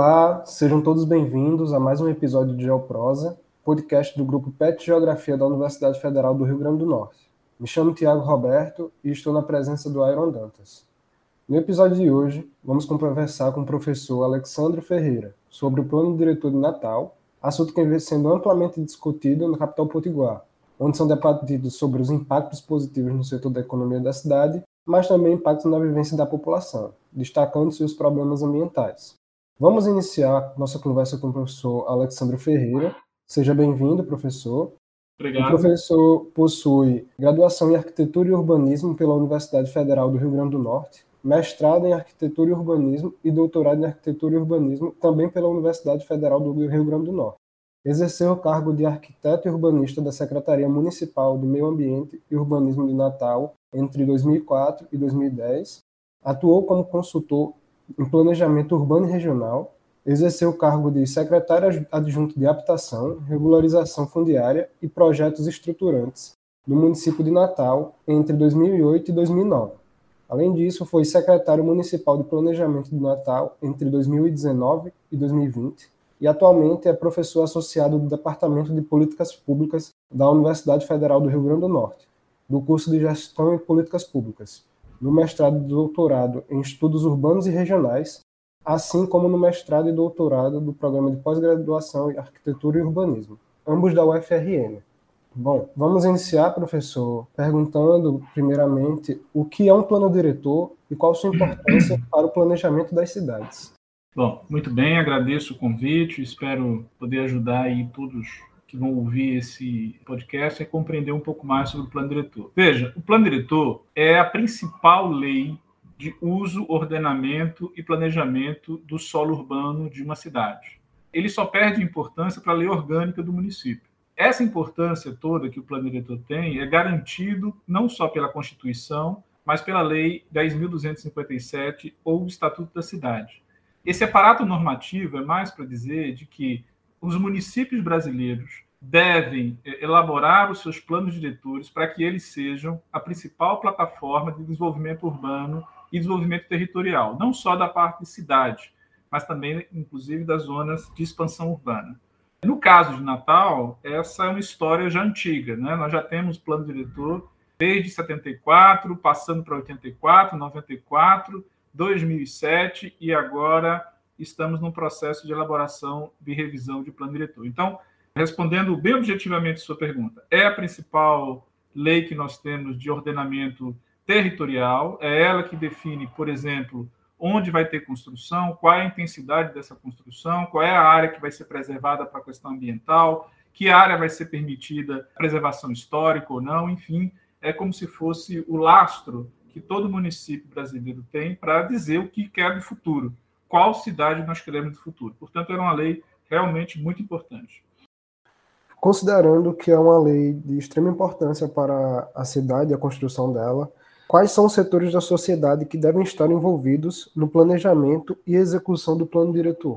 Olá, sejam todos bem-vindos a mais um episódio de Geoprosa, podcast do grupo PET Geografia da Universidade Federal do Rio Grande do Norte. Me chamo Tiago Roberto e estou na presença do Iron Dantas. No episódio de hoje, vamos conversar com o professor Alexandre Ferreira sobre o Plano Diretor de Natal, assunto que vem sendo amplamente discutido na capital potiguar, onde são debatidos sobre os impactos positivos no setor da economia da cidade, mas também impactos na vivência da população, destacando-se os problemas ambientais. Vamos iniciar nossa conversa com o professor Alexandre Ferreira. Seja bem-vindo, professor. Obrigado. O professor possui graduação em Arquitetura e Urbanismo pela Universidade Federal do Rio Grande do Norte, mestrado em Arquitetura e Urbanismo e doutorado em Arquitetura e Urbanismo também pela Universidade Federal do Rio Grande do Norte. Exerceu o cargo de arquiteto e urbanista da Secretaria Municipal do Meio Ambiente e Urbanismo de Natal entre 2004 e 2010. Atuou como consultor em planejamento urbano e regional, exerceu o cargo de secretário adjunto de habitação, regularização fundiária e projetos estruturantes no município de Natal entre 2008 e 2009. Além disso, foi secretário municipal de planejamento de Natal entre 2019 e 2020 e atualmente é professor associado do Departamento de Políticas Públicas da Universidade Federal do Rio Grande do Norte, do curso de Gestão e Políticas Públicas, no mestrado e doutorado em Estudos Urbanos e Regionais, assim como no mestrado e doutorado do Programa de Pós-Graduação em Arquitetura e Urbanismo, ambos da UFRN. Bom, vamos iniciar, professor, perguntando, primeiramente, o que é um plano diretor e qual sua importância para o planejamento das cidades. Bom, muito bem, agradeço o convite, espero poder ajudar aí todos que vão ouvir esse podcast a compreender um pouco mais sobre o plano diretor. Veja, o plano diretor é a principal lei de uso, ordenamento e planejamento do solo urbano de uma cidade. Ele só perde importância para a lei orgânica do município. Essa importância toda que o plano diretor tem é garantido não só pela Constituição, mas pela Lei 10.257 ou o Estatuto da Cidade. Esse aparato normativo é mais para dizer de que os municípios brasileiros devem elaborar os seus planos diretores para que eles sejam a principal plataforma de desenvolvimento urbano e desenvolvimento territorial, não só da parte de cidade, mas também, inclusive, das zonas de expansão urbana. No caso de Natal, essa é uma história já antiga, né? Nós já temos plano diretor desde 74, passando para 84, 94, 2007 e agora estamos num processo de elaboração de revisão de plano diretor. Então, respondendo bem objetivamente a sua pergunta, é a principal lei que nós temos de ordenamento territorial, é ela que define, por exemplo, onde vai ter construção, qual é a intensidade dessa construção, qual é a área que vai ser preservada para a questão ambiental, que área vai ser permitida preservação histórica ou não, enfim, é como se fosse o lastro que todo município brasileiro tem para dizer o que quer do futuro, qual cidade nós queremos do futuro. Portanto, era uma lei realmente muito importante. Considerando que é uma lei de extrema importância para a cidade e a construção dela, quais são os setores da sociedade que devem estar envolvidos no planejamento e execução do plano diretor?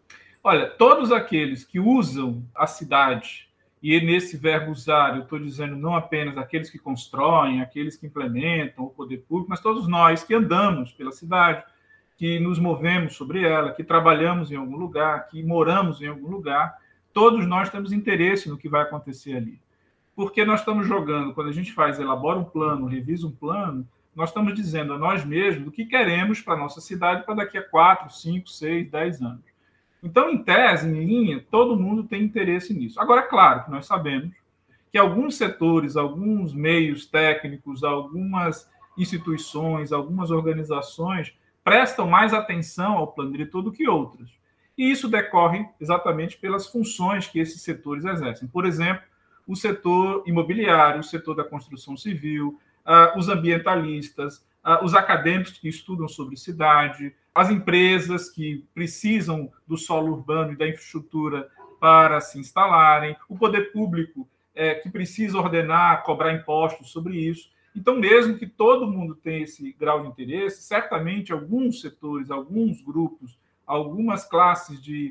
Olha, todos aqueles que usam a cidade, e nesse verbo usar, eu estou dizendo não apenas aqueles que constroem, aqueles que implementam o poder público, mas todos nós que andamos pela cidade, que nos movemos sobre ela, que trabalhamos em algum lugar, que moramos em algum lugar, todos nós temos interesse no que vai acontecer ali. Porque nós estamos jogando, quando a gente elabora um plano, revisa um plano, nós estamos dizendo a nós mesmos o que queremos para a nossa cidade para daqui a 4, 5, 6, 10 anos. Então, em tese, em linha, todo mundo tem interesse nisso. Agora, é claro que nós sabemos que alguns setores, alguns meios técnicos, algumas instituições, algumas organizações prestam mais atenção ao plano diretor do que outras. E isso decorre exatamente pelas funções que esses setores exercem. Por exemplo, o setor imobiliário, o setor da construção civil, os ambientalistas, os acadêmicos que estudam sobre cidade, as empresas que precisam do solo urbano e da infraestrutura para se instalarem, o poder público que precisa ordenar, cobrar impostos sobre isso. Então, mesmo que todo mundo tenha esse grau de interesse, certamente alguns setores, alguns grupos, algumas classes de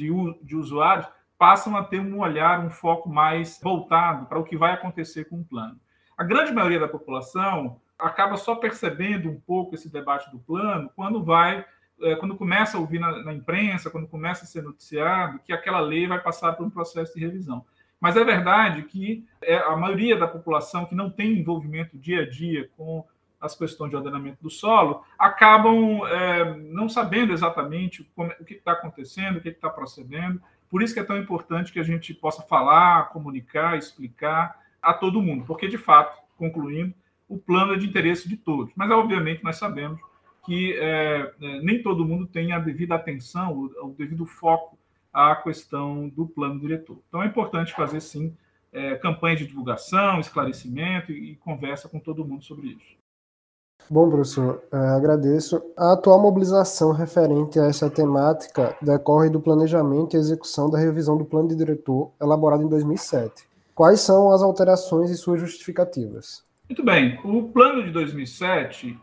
usuários passam a ter um olhar, um foco mais voltado para o que vai acontecer com o plano. A grande maioria da população acaba só percebendo um pouco esse debate do plano quando vai quando começa a ouvir na imprensa, quando começa a ser noticiado, que aquela lei vai passar por um processo de revisão. Mas é verdade que a maioria da população que não tem envolvimento dia a dia com as questões de ordenamento do solo acabam não sabendo exatamente o que está acontecendo, o que está procedendo. Por isso que é tão importante que a gente possa falar, comunicar, explicar a todo mundo, porque, de fato, concluindo, o plano é de interesse de todos. Mas, obviamente, nós sabemos que nem todo mundo tem a devida atenção, o devido foco à questão do plano diretor. Então, é importante fazer, sim, campanha de divulgação, esclarecimento e conversa com todo mundo sobre isso. Bom, professor, agradeço. A atual mobilização referente a essa temática decorre do planejamento e execução da revisão do plano de diretor elaborado em 2007. Quais são as alterações e suas justificativas? Muito bem. O plano de 2007,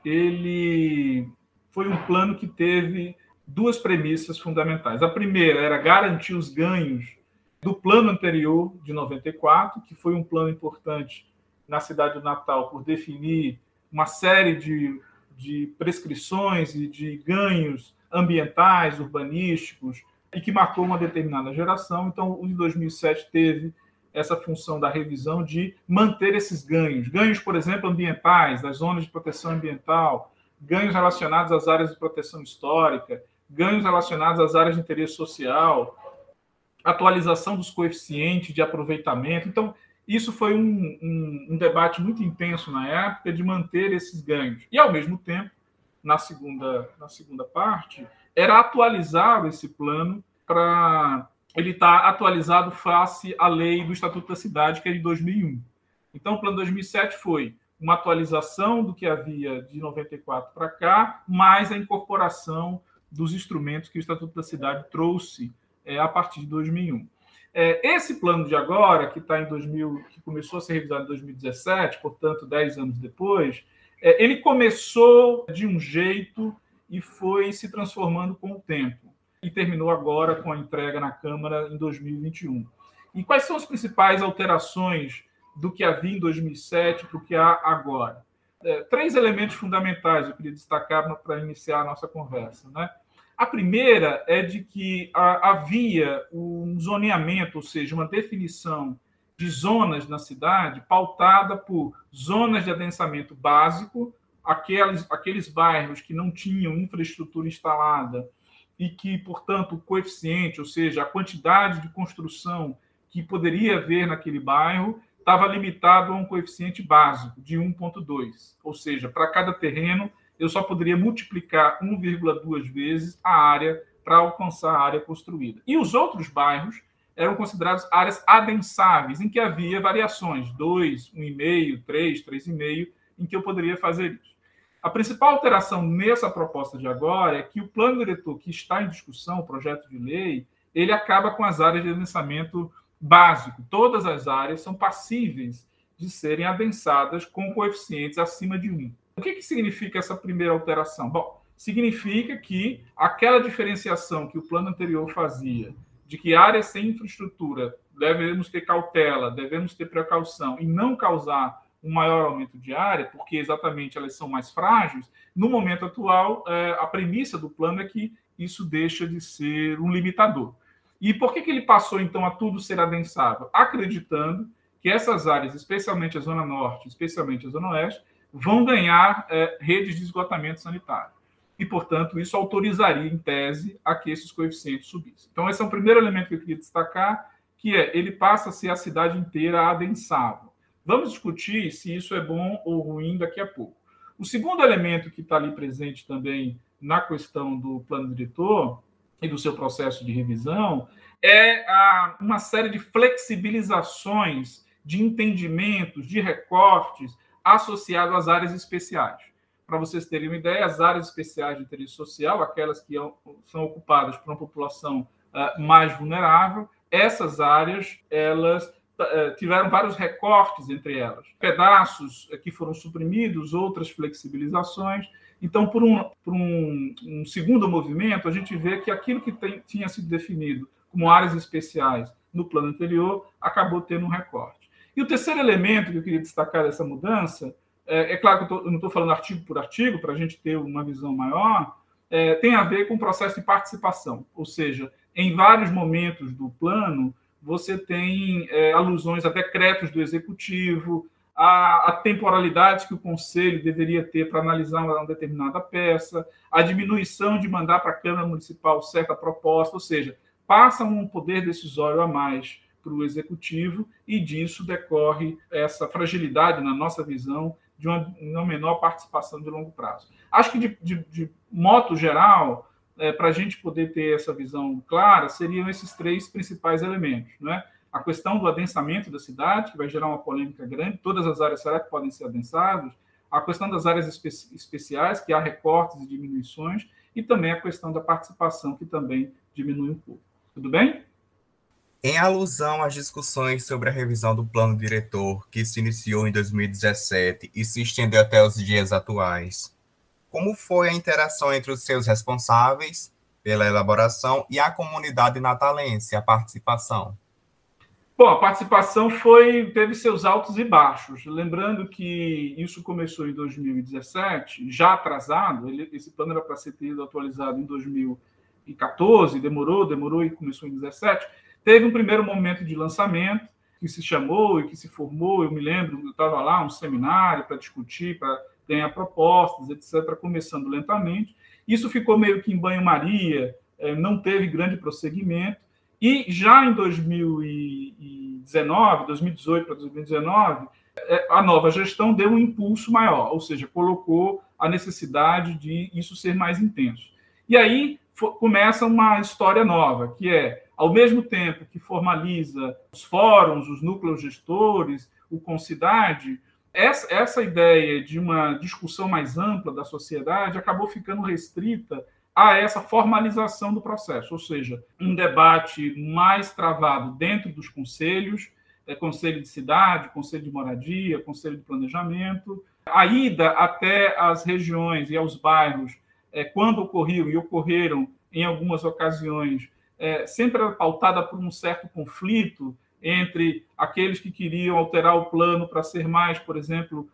ele foi um plano que teve duas premissas fundamentais. A primeira era garantir os ganhos do plano anterior, de 94, que foi um plano importante na cidade do Natal por definir uma série de prescrições e de ganhos ambientais, urbanísticos, e que marcou uma determinada geração. Então, o de 2007 teve essa função da revisão de manter esses ganhos, por exemplo, ambientais, das zonas de proteção ambiental, ganhos relacionados às áreas de proteção histórica, ganhos relacionados às áreas de interesse social, atualização dos coeficientes de aproveitamento. Então, isso foi um debate muito intenso na época de manter esses ganhos. E, ao mesmo tempo, na segunda parte, era atualizar esse plano para ele está atualizado face à lei do Estatuto da Cidade, que é de 2001. Então, o plano 2007 foi uma atualização do que havia de 94 para cá, mais a incorporação dos instrumentos que o Estatuto da Cidade trouxe a partir de 2001. Esse plano de agora, que está em 2000, que começou a ser revisado em 2017, portanto, 10 anos depois, ele começou de um jeito e foi se transformando com o tempo. E terminou agora com a entrega na Câmara em 2021. E quais são as principais alterações do que havia em 2007 para o que há agora? 3 elementos fundamentais eu queria destacar para iniciar a nossa conversa, né? A primeira é de que havia um zoneamento, ou seja, uma definição de zonas na cidade pautada por zonas de adensamento básico, aqueles bairros que não tinham infraestrutura instalada e que, portanto, o coeficiente, ou seja, a quantidade de construção que poderia haver naquele bairro, estava limitado a um coeficiente básico de 1,2. Ou seja, para cada terreno, eu só poderia multiplicar 1,2 vezes a área para alcançar a área construída. E os outros bairros eram considerados áreas adensáveis, em que havia variações, 2, 1,5, 3, 3,5, em que eu poderia fazer isso. A principal alteração nessa proposta de agora é que o plano diretor que está em discussão, o projeto de lei, ele acaba com as áreas de adensamento básico. Todas as áreas são passíveis de serem adensadas com coeficientes acima de 1. O que significa essa primeira alteração? Bom, significa que aquela diferenciação que o plano anterior fazia, de que áreas sem infraestrutura devemos ter cautela, devemos ter precaução e não causar um maior aumento de área, porque exatamente elas são mais frágeis, no momento atual, a premissa do plano é que isso deixa de ser um limitador. E por que ele passou, então, a tudo ser adensável? Acreditando que essas áreas, especialmente a Zona Norte, especialmente a Zona Oeste, vão ganhar redes de esgotamento sanitário. E, portanto, isso autorizaria, em tese, a que esses coeficientes subissem. Então, esse é o primeiro elemento que eu queria destacar, que ele passa a ser a cidade inteira adensável. Vamos discutir se isso é bom ou ruim daqui a pouco. O segundo elemento que está ali presente também na questão do plano diretor e do seu processo de revisão é uma série de flexibilizações de entendimentos, de recortes associados às áreas especiais. Para vocês terem uma ideia, as áreas especiais de interesse social, aquelas que são ocupadas por uma população mais vulnerável, essas áreas, elas tiveram vários recortes entre elas. Pedaços que foram suprimidos, outras flexibilizações. Então, por um segundo movimento, a gente vê que aquilo que tinha sido definido como áreas especiais no plano anterior acabou tendo um recorte. E o terceiro elemento que eu queria destacar dessa mudança, claro que eu não estou falando artigo por artigo, para a gente ter uma visão maior, tem a ver com o processo de participação, ou seja, em vários momentos do plano, você tem alusões a decretos do Executivo, a temporalidade que o Conselho deveria ter para analisar uma determinada peça, a diminuição de mandar para a Câmara Municipal certa proposta, ou seja, passa um poder decisório a mais para o Executivo e disso decorre essa fragilidade, na nossa visão, de uma menor participação de longo prazo. Acho que, de modo geral, para a gente poder ter essa visão clara, seriam esses três principais elementos, né? A questão do adensamento da cidade, que vai gerar uma polêmica grande, todas as áreas, será que podem ser adensadas? A questão das áreas especiais, que há recortes e diminuições, e também a questão da participação, que também diminui um pouco. Tudo bem? Em alusão às discussões sobre a revisão do plano diretor, que se iniciou em 2017 e se estendeu até os dias atuais, como foi a interação entre os seus responsáveis pela elaboração e a comunidade natalense, a participação? Bom, a participação teve seus altos e baixos. Lembrando que isso começou em 2017, já atrasado, esse plano era para ser atualizado em 2014, demorou e começou em 2017. Teve um primeiro momento de lançamento, que se chamou e que se formou, eu me lembro, eu estava lá, um seminário para discutir, para ganhar propostas, etc., começando lentamente. Isso ficou meio que em banho-maria, não teve grande prosseguimento, e já em 2018 para 2019, a nova gestão deu um impulso maior, ou seja, colocou a necessidade de isso ser mais intenso. E aí começa uma história nova, que é, ao mesmo tempo que formaliza os fóruns, os núcleos gestores, o Concidade, essa ideia de uma discussão mais ampla da sociedade acabou ficando restrita a essa formalização do processo, ou seja, um debate mais travado dentro dos conselhos, conselho de cidade, conselho de moradia, conselho de planejamento, a ida até as regiões e aos bairros, quando ocorriam e ocorreram em algumas ocasiões, sempre era pautada por um certo conflito entre aqueles que queriam alterar o plano para ser mais, por exemplo,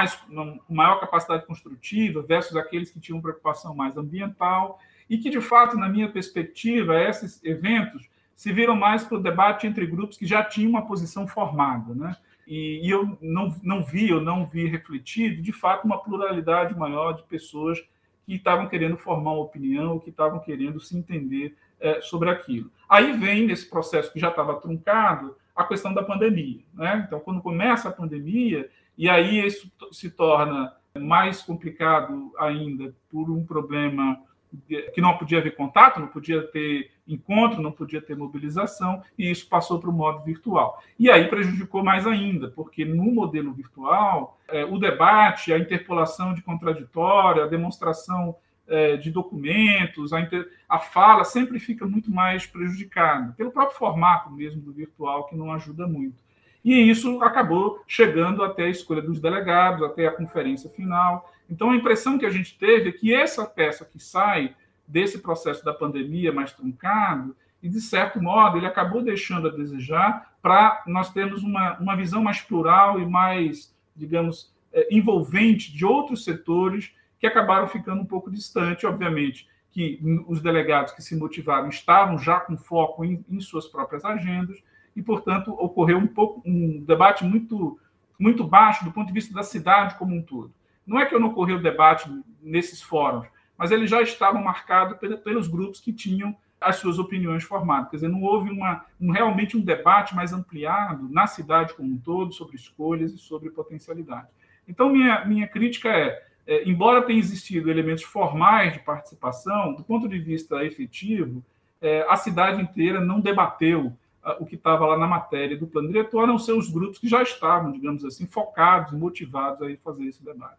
com maior capacidade construtiva versus aqueles que tinham preocupação mais ambiental e que, de fato, na minha perspectiva, esses eventos se viram mais para o debate entre grupos que já tinham uma posição formada, né? E eu não vi refletido, de fato, uma pluralidade maior de pessoas que estavam querendo formar uma opinião, que estavam querendo se entender sobre aquilo. Aí vem, nesse processo que já estava truncado, a questão da pandemia, né? Então, quando começa a pandemia, e aí isso se torna mais complicado ainda por um problema que não podia haver contato, não podia ter encontro, não podia ter mobilização, e isso passou para o modo virtual. E aí prejudicou mais ainda, porque no modelo virtual, o debate, a interpolação de contraditório, a demonstração de documentos, a fala sempre fica muito mais prejudicada, pelo próprio formato mesmo do virtual, que não ajuda muito. E isso acabou chegando até a escolha dos delegados, até a conferência final. Então, a impressão que a gente teve é que essa peça que sai desse processo da pandemia mais truncado, e, de certo modo, ele acabou deixando a desejar para nós termos uma visão mais plural e mais, digamos, envolvente de outros setores que acabaram ficando um pouco distante, obviamente, que os delegados que se motivaram estavam já com foco em suas próprias agendas, e, portanto, ocorreu um debate muito, muito baixo do ponto de vista da cidade como um todo. Não é que não ocorreu debate nesses fóruns, mas eles já estavam marcados pelos grupos que tinham as suas opiniões formadas. Quer dizer, não houve realmente um debate mais ampliado na cidade como um todo sobre escolhas e sobre potencialidade. Então, minha crítica embora tenha existido elementos formais de participação, do ponto de vista efetivo, a cidade inteira não debateu o que estava lá na matéria do plano diretor, a não ser os grupos que já estavam, digamos assim, focados e motivados a fazer esse debate.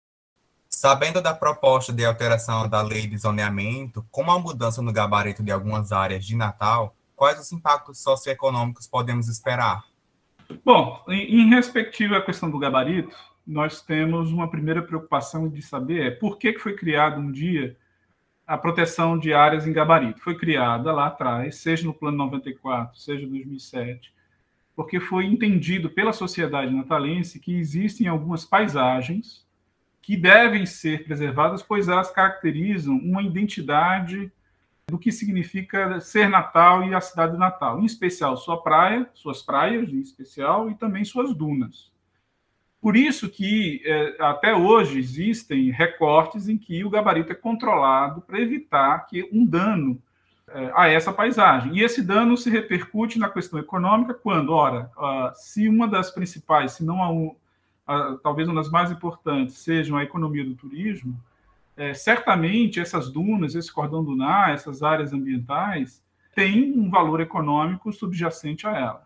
Sabendo da proposta de alteração da lei de zoneamento, como a mudança no gabarito de algumas áreas de Natal, quais os impactos socioeconômicos podemos esperar? Bom, em respectiva à questão do gabarito, nós temos uma primeira preocupação de saber por que foi criado um dia a proteção de áreas em gabarito. Foi criada lá atrás, seja no Plano 94, seja em 2007, porque foi entendido pela sociedade natalense que existem algumas paisagens que devem ser preservadas, pois elas caracterizam uma identidade do que significa ser Natal e a cidade de Natal, em especial sua praia, suas praias, em especial, e também suas dunas. Por isso que até hoje existem recortes em que o gabarito é controlado para evitar que um dano a essa paisagem. E esse dano se repercute na questão econômica quando, ora, se uma das principais, se não talvez uma das mais importantes, seja a economia do turismo, certamente essas dunas, esse cordão dunar, essas áreas ambientais, têm um valor econômico subjacente a ela.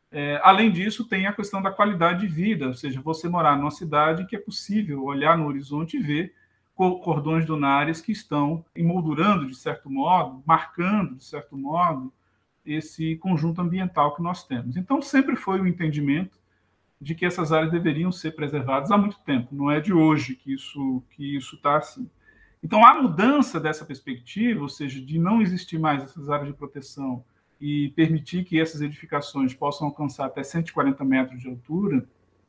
Além disso, tem a questão da qualidade de vida, ou seja, você morar numa cidade que é possível olhar no horizonte e ver cordões dunares que estão emoldurando, de certo modo, marcando, de certo modo, esse conjunto ambiental que nós temos. Então, sempre foi o entendimento de que essas áreas deveriam ser preservadas há muito tempo, não é de hoje que isso está assim. Então, a mudança dessa perspectiva, ou seja, de não existir mais essas áreas de proteção e permitir que essas edificações possam alcançar até 140 metros de altura,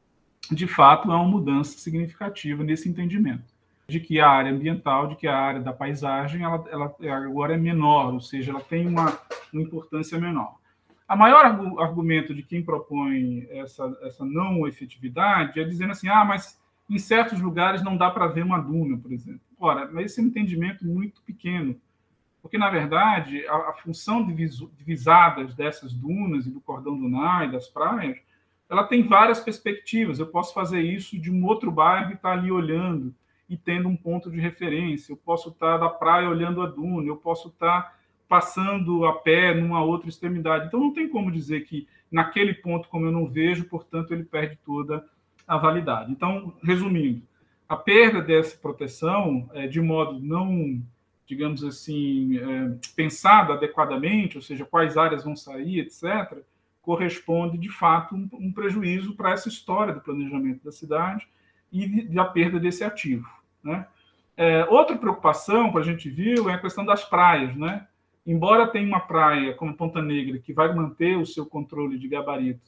de fato, é uma mudança significativa nesse entendimento, de que a área ambiental, de que a área da paisagem, ela agora é menor, ou seja, ela tem uma importância menor. A maior argumento de quem propõe essa não efetividade é dizendo assim, mas em certos lugares não dá para ver uma duna, por exemplo. Ora, mas esse é um entendimento muito pequeno, porque, na verdade, a função de visadas dessas dunas e do cordão dunar e das praias, ela tem várias perspectivas. Eu posso fazer isso de um outro bairro e estar ali olhando e tendo um ponto de referência. Eu posso estar da praia olhando a duna, eu posso estar passando a pé numa outra extremidade. Então, não tem como dizer que naquele ponto, como eu não vejo, portanto, ele perde toda a validade. Então, resumindo, a perda dessa proteção, de modo não, digamos assim, pensada adequadamente, ou seja, quais áreas vão sair, etc., corresponde, de fato, um prejuízo para essa história do planejamento da cidade e da perda desse ativo, né? Outra preocupação que a gente viu é a questão das praias, né? Embora tenha uma praia como Ponta Negra que vai manter o seu controle de gabarito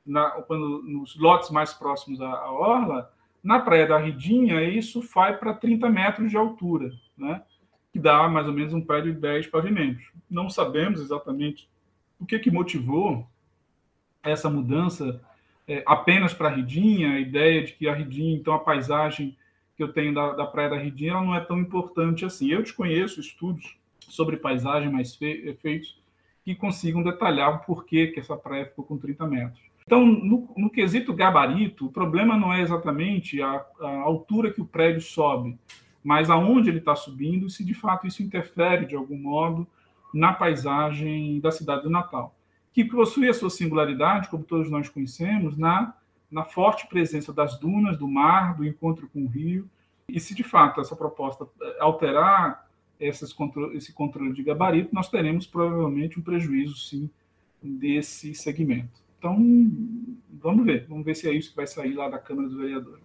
nos lotes mais próximos à orla, na Praia da Ridinha isso vai para 30 metros de altura, né? Que dá mais ou menos um prédio de 10 pavimentos. Não sabemos exatamente o que motivou essa mudança apenas para a Ridinha, a ideia de que a Ridinha, então a paisagem que eu tenho da Praia da Ridinha, ela não é tão importante assim. Eu desconheço estudos sobre paisagem mais feitos que consigam detalhar o porquê que essa praia ficou com 30 metros. Então, no quesito gabarito, o problema não é exatamente a altura que o prédio sobe, mas aonde ele está subindo e se, de fato, isso interfere, de algum modo, na paisagem da cidade do Natal, que possui a sua singularidade, como todos nós conhecemos, na forte presença das dunas, do mar, do encontro com o rio, e se, de fato, essa proposta alterar esse controle de gabarito, nós teremos provavelmente um prejuízo, sim, desse segmento. Então, vamos ver se é isso que vai sair lá da Câmara dos Vereadores.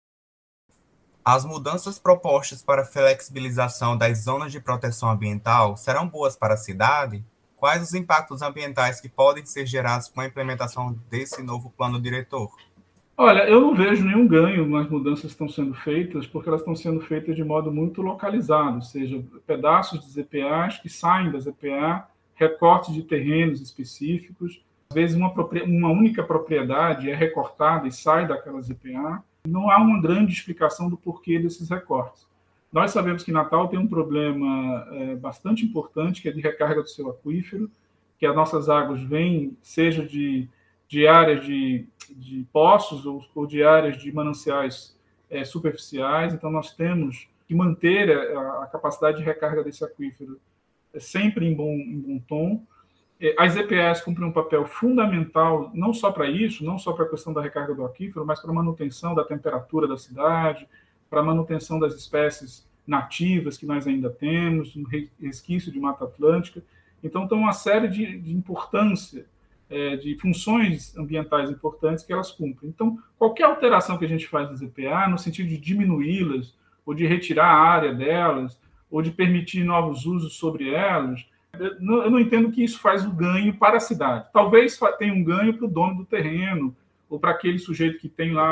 As mudanças propostas para a flexibilização das zonas de proteção ambiental serão boas para a cidade? Quais os impactos ambientais que podem ser gerados com a implementação desse novo plano diretor? Olha, eu não vejo nenhum ganho nas mudanças que estão sendo feitas, porque elas estão sendo feitas de modo muito localizado, ou seja, pedaços de ZPAs que saem da ZPA, recortes de terrenos específicos. Às vezes, uma única propriedade é recortada e sai daquela ZPA. Não há uma grande explicação do porquê desses recortes. Nós sabemos que Natal tem um problema bastante importante, que é de recarga do seu aquífero, que as nossas águas vêm, seja de áreas de poços ou de áreas de mananciais superficiais. Então, nós temos que manter a capacidade de recarga desse aquífero sempre em bom tom. As EPAs cumprem um papel fundamental, não só para isso, não só para a questão da recarga do aquífero, mas para a manutenção da temperatura da cidade, para a manutenção das espécies nativas que nós ainda temos, um resquício de Mata Atlântica. Então, tem uma série de importância, de funções ambientais importantes que elas cumprem. Então, qualquer alteração que a gente faz nas EPA, no sentido de diminuí-las, ou de retirar a área delas, ou de permitir novos usos sobre elas, eu não entendo que isso faz um ganho para a cidade. Talvez tenha um ganho para o dono do terreno, ou para aquele sujeito que tem lá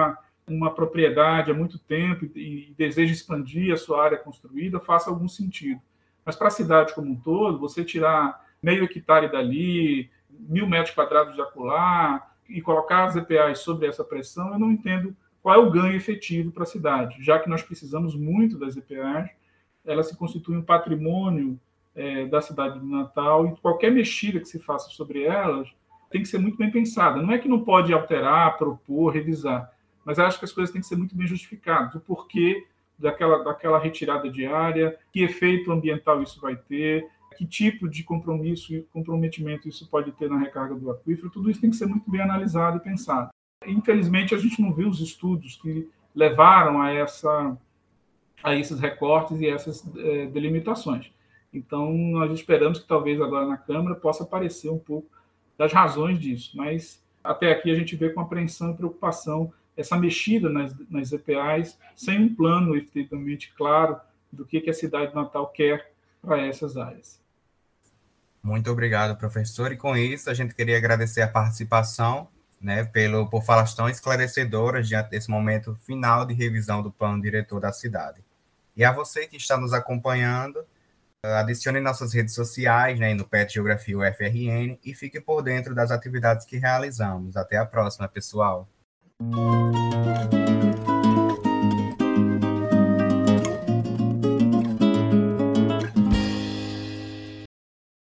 uma propriedade há muito tempo e deseja expandir a sua área construída, faça algum sentido. Mas para a cidade como um todo, você tirar meio hectare dali, 1.000 metros quadrados de acolá, e colocar as EPAs sobre essa pressão, eu não entendo qual é o ganho efetivo para a cidade, já que nós precisamos muito das EPAs, elas se constituem um patrimônio da cidade de Natal, e qualquer mexida que se faça sobre elas tem que ser muito bem pensada. Não é que não pode alterar, propor, revisar, mas acho que as coisas têm que ser muito bem justificadas. O porquê daquela retirada de área, que efeito ambiental isso vai ter, que tipo de comprometimento isso pode ter na recarga do aquífero, tudo isso tem que ser muito bem analisado e pensado. Infelizmente, a gente não viu os estudos que levaram a esses recortes e essas delimitações. Então, nós esperamos que talvez agora na Câmara possa aparecer um pouco das razões disso, mas até aqui a gente vê com apreensão e preocupação essa mexida nas EPAs, sem um plano efetivamente claro do que a cidade de Natal quer para essas áreas. Muito obrigado, professor. E com isso, a gente queria agradecer a participação, né, por falas tão esclarecedoras diante desse momento final de revisão do plano diretor da cidade. E a você que está nos acompanhando, adicione nossas redes sociais, né, no PET Geografia UFRN, e fique por dentro das atividades que realizamos. Até a próxima, pessoal.